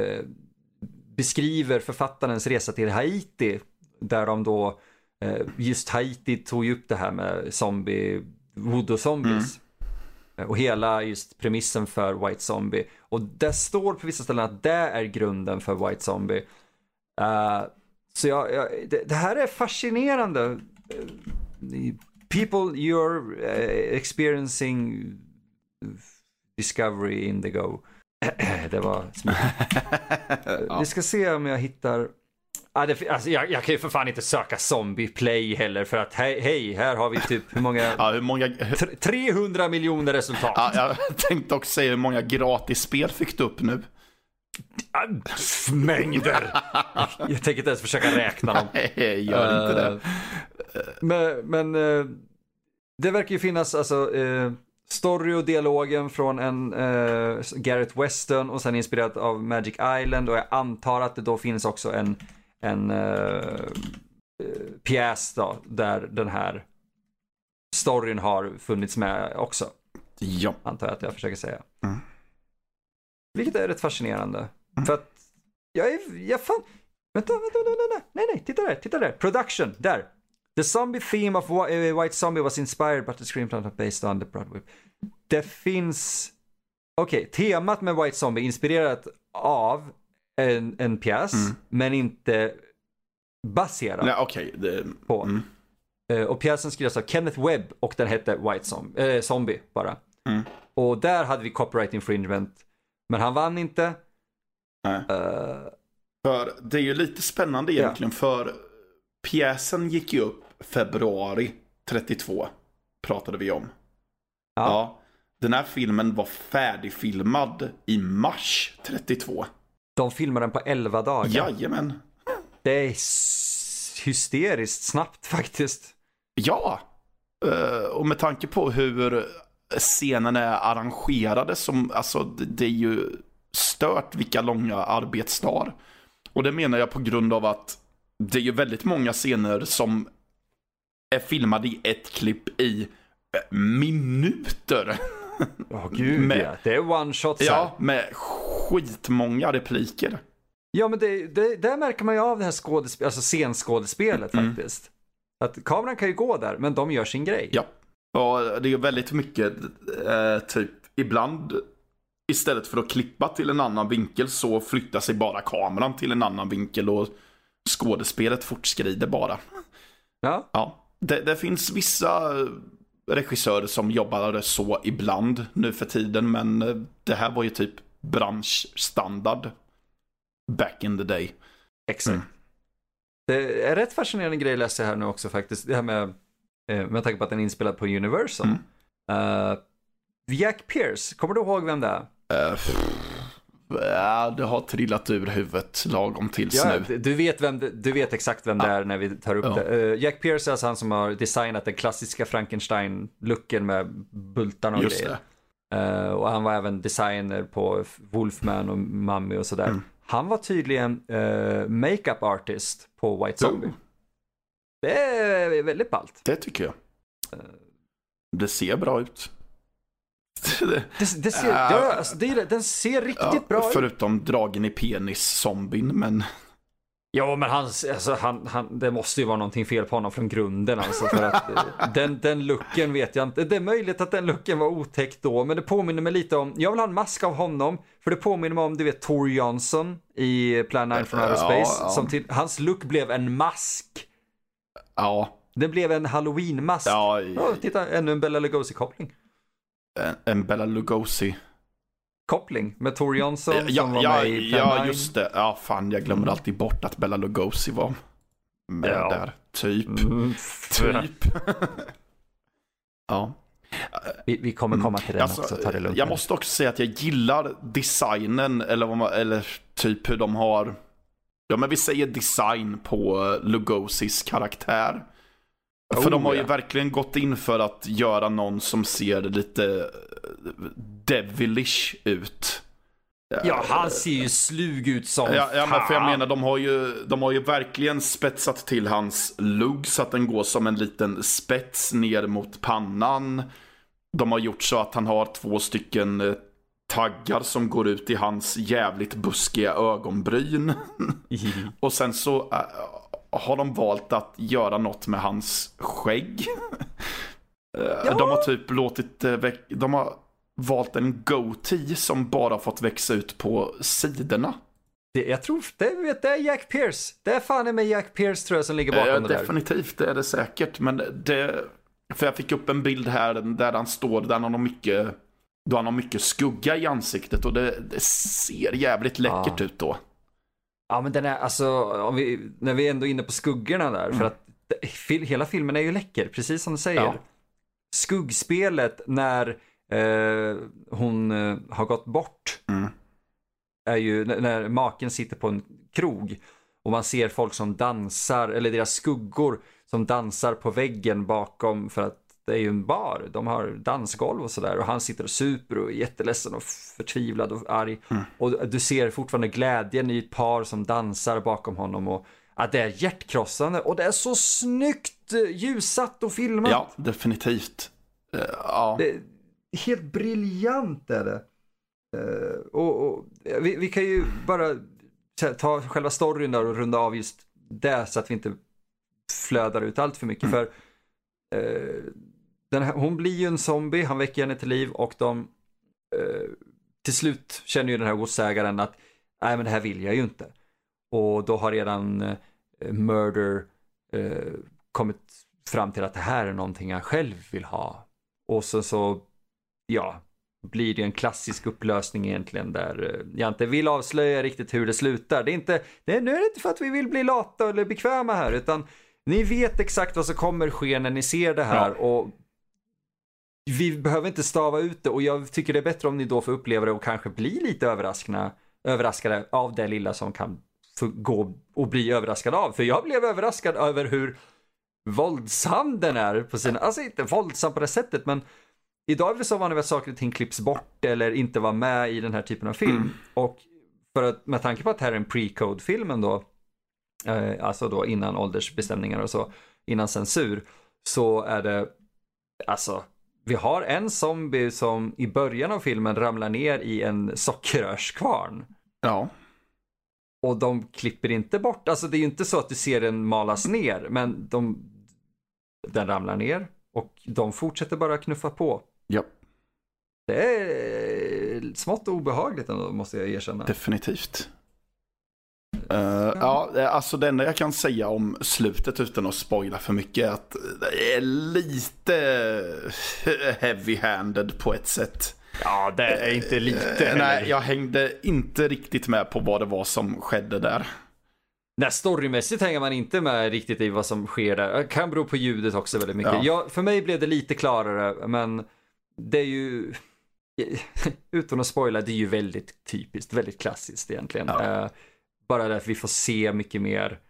beskriver författarens resa till Haiti. Där de då, just Haiti tog upp det här med voodoo-zombies. Och hela just premissen för White Zombie. Och det står på vissa ställen att det är grunden för White Zombie. Så det här är fascinerande. People, you're experiencing discovery indigo. Det var Vi ska se om jag hittar... Alltså jag kan ju för fan inte söka zombie play heller, för att hej, här har vi typ hur många 300 miljoner resultat. Ja, jag tänkte också säga, hur många gratisspel fick du upp nu? Mängder. Jag tänker inte ens försöka räkna dem. Nej, gör inte det. Men det verkar ju finnas alltså story och dialogen från en Gareth Weston, och sen inspirerat av Magic Island, och jag antar att det då finns också en pjäs då, där den här storyn har funnits med också. Ja. Antar jag att jag försöker säga. Vilket är rätt fascinerande. För att jag fan... Vänta. Nej, titta där. Production, där. The zombie theme of White Zombie was inspired but the screenplay not based on the Broadway. Det finns... Okej, temat med White Zombie inspirerat av en pjäs, men inte baserad på. Och pjäsen skrevs av Kenneth Webb och den hette White Zombie bara. Och där hade vi copyright infringement, men han vann inte. För det är ju lite spännande egentligen, för pjäsen gick ju upp februari 32, pratade vi om. Ja. Den här filmen var färdigfilmad i mars 32. De filmade den på 11 dagar. Jajamän. Det är hysteriskt snabbt faktiskt. Ja. Och med tanke på hur scenen är arrangerade, alltså det är ju stört vilka långa arbetsdagar. Och det menar jag på grund av att det är ju väldigt många scener som är filmade i ett klipp i minuter. Gud, det är one shot. Ja, med skitmånga repliker. Ja, men där märker man ju av det här scenskådespelet faktiskt. Att kameran kan ju gå där, men de gör sin grej. Ja, och det är väldigt mycket typ ibland istället för att klippa till en annan vinkel så flyttar sig bara kameran till en annan vinkel och skådespelet fortskrider bara. Ja. Det finns vissa regissörer som jobbar så ibland nu för tiden, men det här var ju typ branschstandard back in the day. Exakt. Det är rätt fascinerande grej läser jag här nu också faktiskt. Det här med tanke på att den är inspelad på Universal. Jack Pierce, kommer du ihåg vem det är? Ja, det har trillat ur huvudet lagom tills nu. Du vet exakt vem det är när vi tar upp det. Jack Pierce är alltså han som har designat den klassiska Frankenstein-looken med bultarna och grejer. Och han var även designer på Wolfman och Mummy och sådär. Han var tydligen makeup artist på White Zombie. Det är väldigt ballt. Det tycker jag. Det ser bra ut. Den ser riktigt bra ut. Förutom dragen i penis-zombien, men... Ja, men det måste ju vara någonting fel på honom från grunden alltså, för att den looken vet jag inte. Det är möjligt att den looken var otäckt då, men det påminner mig lite om, jag vill ha en mask av honom, för det påminner mig om, du vet, Tor Johnson i Plan 9 from Outer Space. Hans look blev en mask. Ja. Det blev en Halloween-mask. Titta, ännu en Bela Lugosi-koppling. En Bela Lugosi-koppling med Tor Johnson som var med i Plan 9. Ja, just det. Ja, fan, jag glömmer alltid bort att Bela Lugosi var med där. Typ. Ja. Vi kommer komma till den också, ta det lugnt. Jag måste också säga att jag gillar designen, eller typ hur de har... Ja, men vi säger design på Lugosis karaktär. För de har ju verkligen gått in för att göra någon som ser lite devilish ut. Ja, han ser ju slug ut som men för jag menar, de har ju verkligen spetsat till hans lugg så att den går som en liten spets ner mot pannan. De har gjort så att han har 2 stycken taggar som går ut i hans jävligt buskiga ögonbryn. Och sen så har de valt att göra något med hans skägg. De har typ de har valt en goatee som bara fått växa ut på sidorna. Jag tror det är Jack Pierce. Det är fan med Jack Pierce, tror jag, som ligger bakom det där. Definitivt, det är det säkert. Men för jag fick upp en bild här där han står, där han har mycket skugga i ansiktet, och det ser jävligt läckert ut då. Ja, men den är alltså, när vi är ändå inne på skuggorna där, för att hela filmen är ju läcker, precis som du säger. Ja. Skuggspelet när hon har gått bort är ju när maken sitter på en krog och man ser folk som dansar, eller deras skuggor som dansar på väggen bakom, för att det är ju en bar, de har dansgolv och sådär, och han sitter och super och är jätteledsen och förtvivlad och arg, och du ser fortfarande glädjen i ett par som dansar bakom honom, och att det är hjärtkrossande, och det är så snyggt ljussatt och filmat. Ja, definitivt. Det är helt briljant är det. Vi kan ju bara ta själva storyn där och runda av just det så att vi inte flödar ut allt för mycket. För hon blir ju en zombie, han väcker henne till liv och de till slut känner ju den här godsägaren att nej, men det här vill jag ju inte. Och då har redan Murder kommit fram till att det här är någonting han själv vill ha. Och så blir det en klassisk upplösning egentligen där jag inte vill avslöja riktigt hur det slutar. Nu är det inte för att vi vill bli lata eller bekväma här, utan ni vet exakt vad som kommer ske när ni ser det här och vi behöver inte stava ut det, och jag tycker det är bättre om ni då får uppleva det och kanske bli lite överraskade av det lilla som kan gå och bli överraskad av. För jag blev överraskad över hur våldsam den är på sina, alltså inte våldsam på det sättet, men idag är det så vanligt att saker och ting klipps bort eller inte var med i den här typen av film. Och för att, med tanke på att det här är en pre-code-filmen då, alltså då innan åldersbestämningar och så, innan censur, så är det, alltså, vi har en zombie som i början av filmen ramlar ner i en sockerrörskvarn. Ja. Och de klipper inte bort, alltså det är ju inte så att du ser den malas ner, men den ramlar ner och de fortsätter bara knuffa på. Ja. Det är smått obehagligt ändå, måste jag erkänna. Definitivt. Alltså det enda jag kan säga om slutet utan att spoila för mycket är att det är lite heavy-handed på ett sätt. Ja, det är inte lite. Nej, jag hängde inte riktigt med på vad det var som skedde där. Nej, storymässigt hänger man inte med riktigt i vad som sker där. Det kan bero på ljudet också väldigt mycket. För mig blev det lite klarare, men det är ju, utan att spoila, det är ju väldigt typiskt, väldigt klassiskt egentligen. Bara det att vi får se mycket mer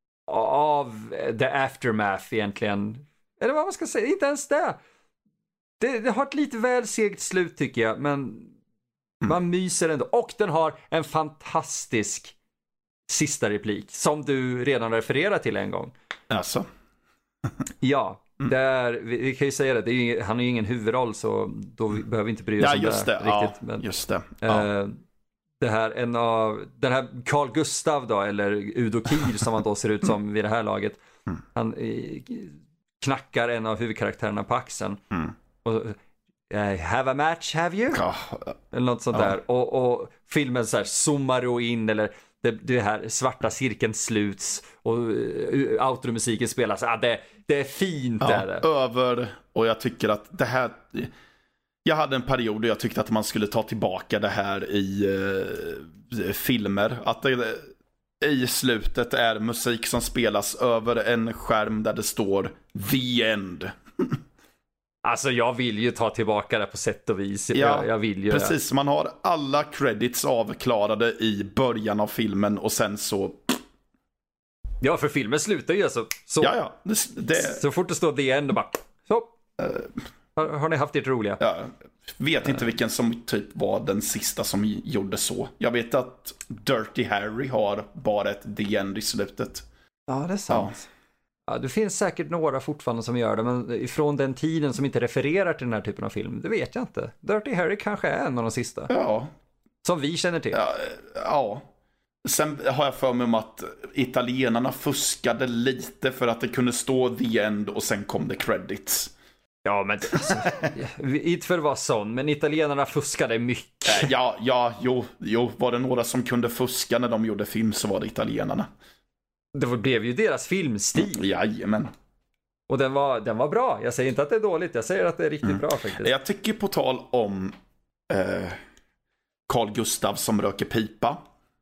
av the aftermath egentligen. Eller vad man ska säga, inte ens det. Det har ett lite väl segt slut tycker jag, men man myser ändå. Och den har en fantastisk sista replik som du redan refererat till en gång. Alltså. Ja, vi kan ju säga det. Han är ju ingen huvudroll, så då behöver vi inte bry oss om det riktigt. Ja, men, just det. Det här, den här Carl Gustav då, eller Udo Kier som han då ser ut som vid det här laget. Han knackar en av huvudkaraktärerna på axeln. Och have a match, have you? Eller något sånt där. Och filmen så här zoomar in, eller det här svarta cirkeln sluts och outromusiken spelas. Det är fint där. Och jag tycker att det här, jag hade en period där jag tyckte att man skulle ta tillbaka det här i filmer. Att det i slutet är musik som spelas över en skärm där det står The End. Alltså jag vill ju ta tillbaka det på sätt och vis. Jag vill ju precis, man har alla credits avklarade i början av filmen och sen så... Ja, för filmen slutar ju alltså så. Så fort det står The End och bara så. Har ni haft ert roliga? Ja, vet inte vilken som typ var den sista som gjorde så. Jag vet att Dirty Harry har bara ett The End i slutet. Ja, det är sant. Ja, det finns säkert några fortfarande som gör det, men ifrån den tiden som inte refererar till den här typen av film, det vet jag inte. Dirty Harry kanske är en av de sista. Ja. Som vi känner till. Ja. Sen har jag för mig om att italienarna fuskade lite för att det kunde stå The End och sen kom det credits. Ja, men alltså, inte för att vara sån, men italienarna fuskade mycket. Jo, var det några som kunde fuska när de gjorde film så var det italienarna. Det blev ju deras filmstil. Jajamän. Och den var bra. Jag säger inte att det är dåligt, jag säger att det är riktigt bra faktiskt. Jag tycker på tal om Carl Gustav som röker pipa.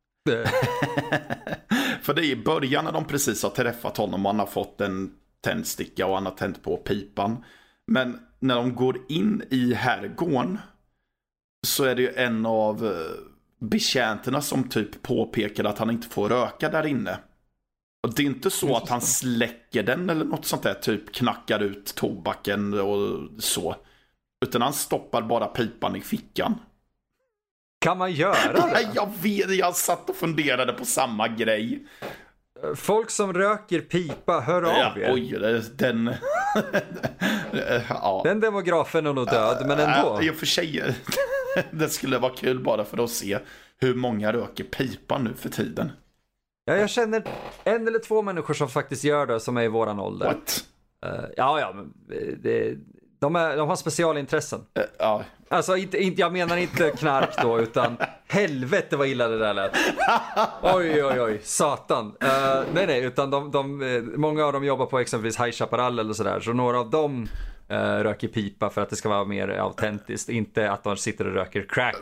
För det är i början när de precis har träffat honom och han har fått en tändsticka och han har tänt på pipan. Men när de går in i herrgården så är det ju en av betjänterna som typ påpekar att han inte får röka där inne. Och det är inte så att han släcker den eller något sånt där, typ knackar ut tobaken och så. Utan han stoppar bara pipan i fickan. Kan man göra det? Jag vet, jag satt och funderade på samma grej. Folk som röker pipa, hör av er. Oj, den... Den demografen är nog död, men ändå. I och för sig... Det skulle vara kul bara för att se hur många röker pipa nu för tiden. Ja, jag känner 1 eller 2 människor som faktiskt gör det, som är i våran ålder. What? Men de har specialintressen. Ja. Alltså, jag menar inte knark då, utan helvete vad illa det där lät. Oj, satan. Nej, utan många av dem jobbar på exempelvis High Chaparral eller sådär. Så några av dem röker pipa för att det ska vara mer autentiskt. Inte att de sitter och röker crack.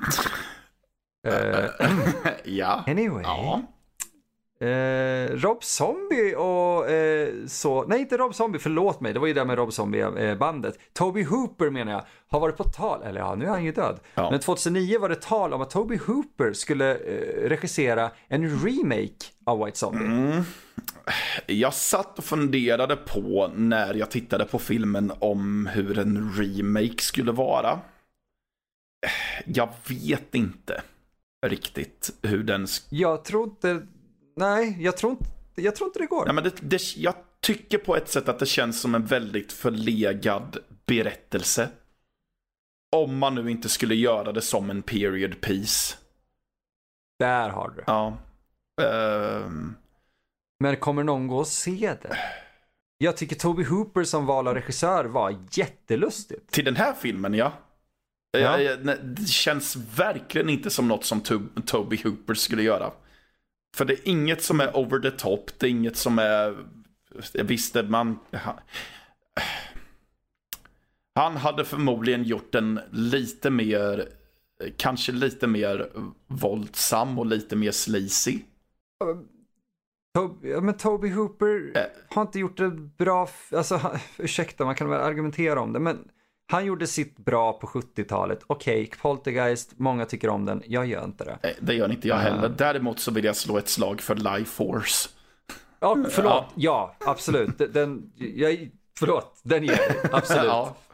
Ja. Anyway. Ja. Rob Zombie och så. Nej, inte Rob Zombie, förlåt mig. Det var ju det med Rob Zombie-bandet. Toby Hooper menar jag har varit på tal, eller ja, nu är han ju död. Ja. Men 2009 var det tal om att Toby Hooper skulle regissera en remake av White Zombie. Jag satt och funderade på när jag tittade på filmen om hur en remake skulle vara. Jag vet inte riktigt hur den... Jag tror inte det går. Nej, men jag tycker på ett sätt att det känns som en väldigt förlegad berättelse. Om man nu inte skulle göra det som en period piece. Där har du. Ja. Men kommer någon gå och se det? Jag tycker Toby Hooper som val av regissör var jättelustigt. Till den här filmen, ja. Det känns verkligen inte som något som Toby Hooper skulle göra. För det är inget som är over the top. Det är inget som är... Han hade förmodligen gjort en lite mer... Kanske lite mer våldsam och lite mer sleazy. Men Toby Hooper har inte gjort det bra... Alltså, ursäkta, man kan väl argumentera om det. Men han gjorde sitt bra på 70-talet. Okej, Poltergeist, många tycker om den. Jag gör inte det. Det gör inte jag heller. Däremot så vill jag slå ett slag för Life Force. Ja, förlåt. Ja, absolut. Den ger absolut.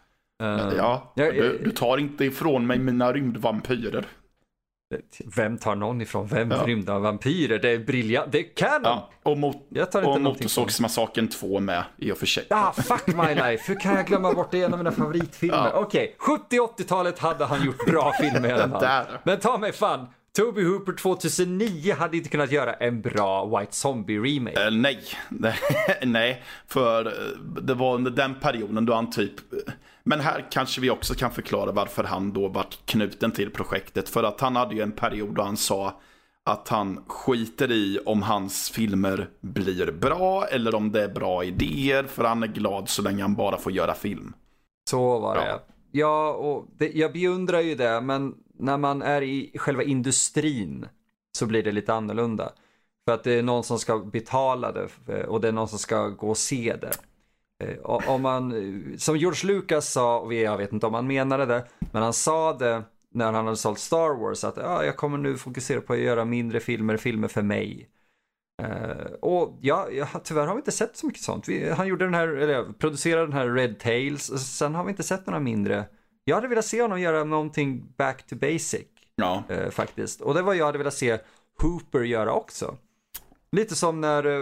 Du tar inte ifrån mig mina rymdvampyrer. Vem tar någon ifrån? Rymdvampyrer? Det är briljant. Det är kanon. Ja, och Motorsågsmassakern 2 med i och för sig. Fuck my life. Hur kan jag glömma bort det? En av mina favoritfilmer. Okej, 70-80-talet hade han gjort bra filmer i alla fall. Men ta mig fan. Toby Hooper 2009 hade inte kunnat göra en bra White Zombie remake. Nej, för det var under den perioden då han typ... Men här kanske vi också kan förklara varför han då varit knuten till projektet. För att han hade ju en period då han sa att han skiter i om hans filmer blir bra eller om det är bra idéer. För han är glad så länge han bara får göra film. Så var det. Ja, och jag beundrar ju det, men när man är i själva industrin så blir det lite annorlunda. För att det är någon som ska betala det och det är någon som ska gå och se det. Om man, som George Lucas sa, och jag vet inte om han menade det, men han sa det när han hade sålt Star Wars att jag kommer nu fokusera på att göra mindre filmer för mig. Och tyvärr har vi inte sett så mycket sånt. Han gjorde producerade den här Red Tails, sen har vi inte sett några mindre. Jag hade velat se honom göra någonting back to basic. Ja. Faktiskt. Och det var jag hade velat se Hooper göra också. Lite som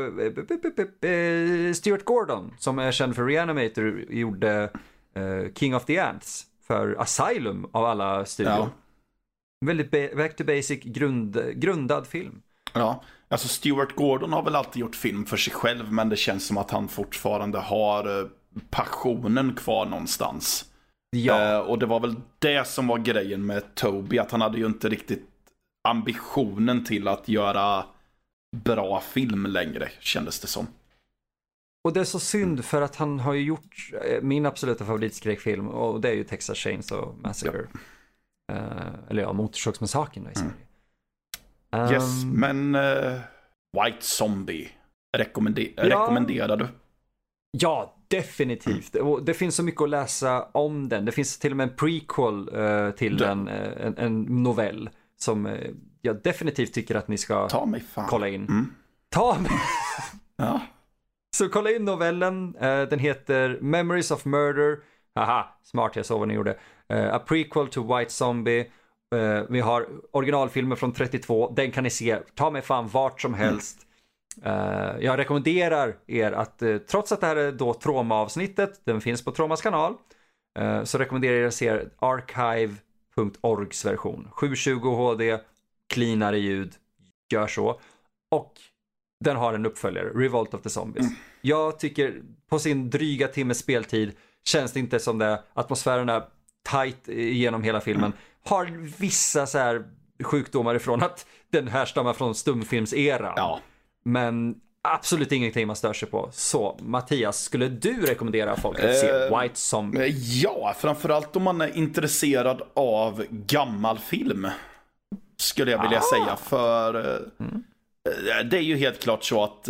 när Stuart Gordon, som är känd för Reanimator, gjorde King of the Ants för Asylum av alla studior. Ja. Väldigt back to basic grundad film. Ja, alltså Stuart Gordon har väl alltid gjort film för sig själv, men det känns som att han fortfarande har passionen kvar någonstans. Ja. Och det var väl det som var grejen med Toby, att han hade ju inte riktigt ambitionen till att göra bra film längre, kändes det som. Och det är så synd, för att han har ju gjort min absoluta favoritskräckfilm, och det är ju Texas Chainsaw Massacre. Ja. Eller Motorsågsmassakern i Sverige. Yes, men White Zombie rekommenderar du? Ja, definitivt. Och det finns så mycket att läsa om den. Det finns till och med en prequel till den, en novell som jag definitivt tycker att ni ska kolla in. Ta mig! Ja. Så kolla in novellen. Den heter Memories of Murder. Haha, smart, jag såg vad ni gjorde. A prequel to White Zombie. Vi har originalfilmer från 32. Den kan ni se, ta mig fan vart som helst. Jag rekommenderar er att trots att det här är då Troma-avsnittet, den finns på Tromas kanal, så rekommenderar jag er att se Archive .orgs version. 720 HD, cleanare ljud, gör så. Och den har en uppföljare, Revolt of the Zombies. Jag tycker på sin dryga timmes speltid känns det inte som det. Atmosfären är tight genom hela filmen. Har vissa så här sjukdomar ifrån att den här stammar från stumfilmseran. Ja. Men absolut ingenting man stör sig på. Så Mattias, skulle du rekommendera folk att se White Zombie? Ja, framförallt om man är intresserad av gammal film. Skulle jag vilja säga. För det är ju helt klart så att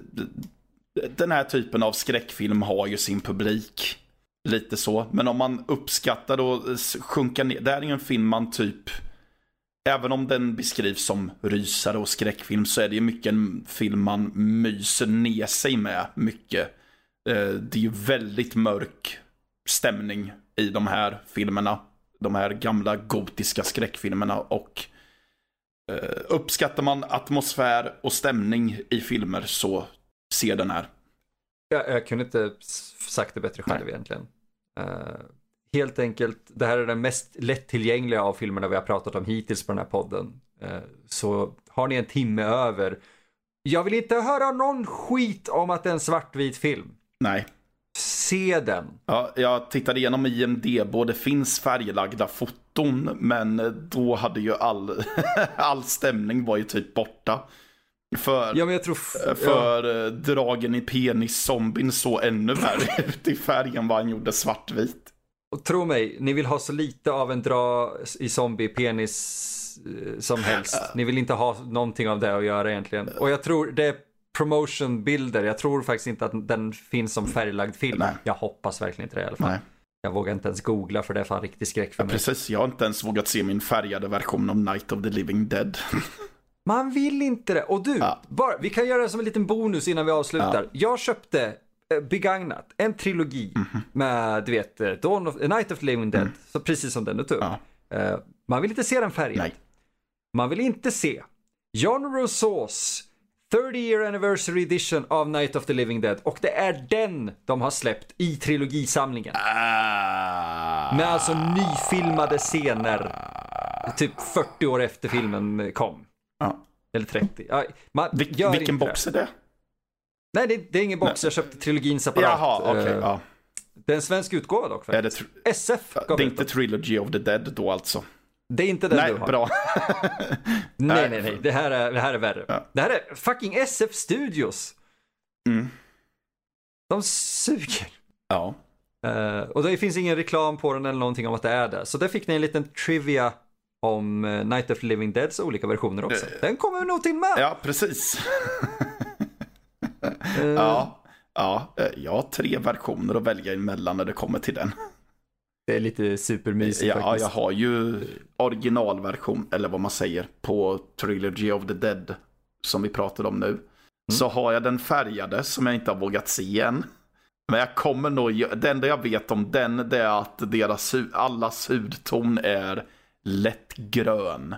den här typen av skräckfilm har ju sin publik. Lite så. Men om man uppskattar och sjunka ner. Det här är en film man typ, även om den beskrivs som rysare och skräckfilm, så är det ju mycket en film man myser ner sig med mycket. Det är ju väldigt mörk stämning i de här filmerna. De här gamla gotiska skräckfilmerna. Och uppskattar man atmosfär och stämning i filmer, så se den här. Jag kunde inte sagt det bättre själv egentligen. Helt enkelt, det här är den mest lättillgängliga av filmerna vi har pratat om hittills på den här podden. Så har ni en timme över. Jag vill inte höra någon skit om att det är en svartvit film. Nej. Se den. Ja, jag tittade igenom IMDb och det finns färglagda foton, men då hade ju all stämning var ju typ borta. För, ja, men jag tror dragen i penis-zombien så ännu värre ut i färgen vad han gjorde svartvit. Och tro mig, ni vill ha så lite av en dra i zombie-penis som helst. Ni vill inte ha någonting av det att göra egentligen. Och jag tror det är promotion-bilder. Jag tror faktiskt inte att den finns som färglagd film. Nej. Jag hoppas verkligen inte det i alla fall. Nej. Jag vågar inte ens googla för det är fan riktigt skräck för mig. Precis, jag har inte ens vågat se min färgade version av Night of the Living Dead. Man vill inte det. Och du, vi kan göra det som en liten bonus innan vi avslutar. Ja. Jag köpte begagnat en trilogi med, du vet, Night of the Living Dead. Så precis som den du tog. Man vill inte se den färgen. Nej. Man vill inte se John Russo's 30-year anniversary edition av Night of the Living Dead. Och det är den de har släppt i trilogisamlingen. Med alltså nyfilmade scener. Typ 40 år efter filmen kom. Eller 30. Vilken box är det? Nej, det är ingen box. Jag köpte trilogin separat. Jaha, okej. Det är en svensk utgåva dock. SF gav det är inte Trilogy of the Dead då alltså? Det är inte den du har. Bra. nej. Det här är värre. Ja. Det här är fucking SF Studios. De suger. Ja. Och det finns ingen reklam på den eller någonting om att det är det. Så där fick ni en liten trivia om Night of the Living Deads olika versioner också. Den kommer vi nog till med. Ja, precis. Jag har 3 versioner att välja emellan när det kommer till den. Det är lite supermysigt faktiskt. Ja, jag har ju originalversion, eller vad man säger, på Trilogy of the Dead som vi pratade om nu. Så har jag den färgade som jag inte har vågat se än. Men jag kommer nog, det enda jag vet om den, det är att allas hudton är lätt grön.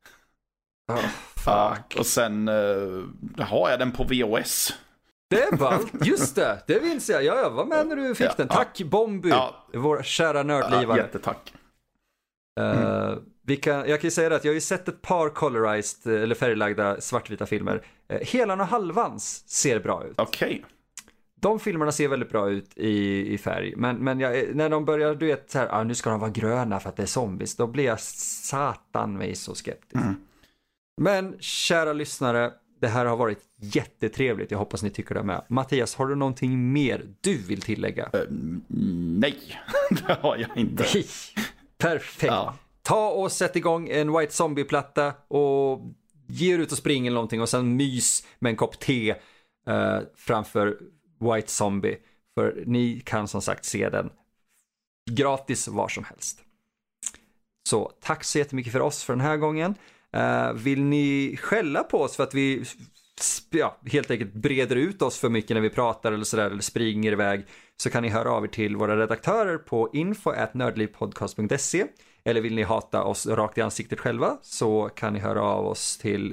Och sen har jag den på VHS. Det är ballt, just det. Det minns jag. Jag var med när du fick den. Tack Bomby, vår kära nördlivare. Jättetack. Jag kan ju säga att jag har ju sett ett par colorized eller färglagda svartvita filmer. Helan och halvans ser bra ut. Okej. De filmerna ser väldigt bra ut i färg. Men när de börjar, du vet så här, nu ska de vara gröna för att det är zombies. Då blir jag satan mig så skeptisk. Men kära lyssnare, det här har varit jättetrevligt. Jag hoppas ni tycker det med. Mattias, har du någonting mer du vill tillägga? Nej, det har jag inte. Nej. Perfekt. Ta och sätt igång en White Zombie-platta och ge er ut och spring eller någonting och sen mys med en kopp te framför White Zombie. För ni kan som sagt se den gratis var som helst. Så tack så jättemycket för oss för den här gången. Vill ni skälla på oss för att vi helt enkelt breder ut oss för mycket när vi pratar eller sådär, eller springer iväg, så kan ni höra av er till våra redaktörer på info@nördlivpodcast.se. Eller vill ni hata oss rakt i ansiktet själva, så kan ni höra av oss till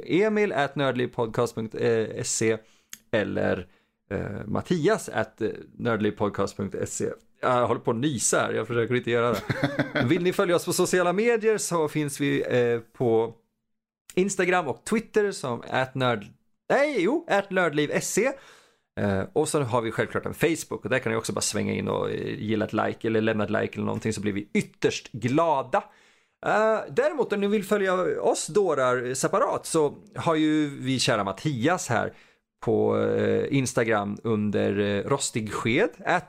emil@nördlivpodcast.se eller Mattias@nördlivpodcast.se. Jag håller på att nysa här, jag försöker inte göra det. Vill ni följa oss på sociala medier så finns vi på Instagram och Twitter som @nördliv.se. Och så har vi självklart en Facebook och där kan ni också bara svänga in och gilla ett like eller lämna ett like eller någonting, så blir vi ytterst glada. Däremot om ni vill följa oss dårar separat så har ju vi kära Mattias här på Instagram under @rostigsked.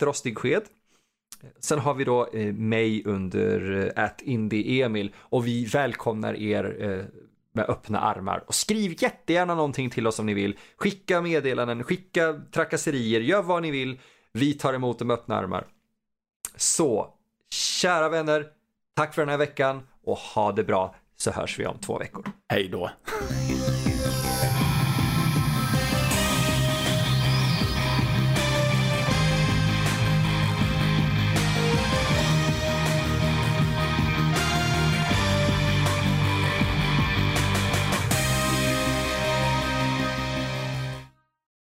Sen har vi då mig under @indieemil och vi välkomnar er med öppna armar. Och skriv jättegärna någonting till oss om ni vill. Skicka meddelanden, skicka trakasserier, gör vad ni vill. Vi tar emot dem med öppna armar. Så, kära vänner, tack för den här veckan och ha det bra, så hörs vi om 2 veckor. Hej då.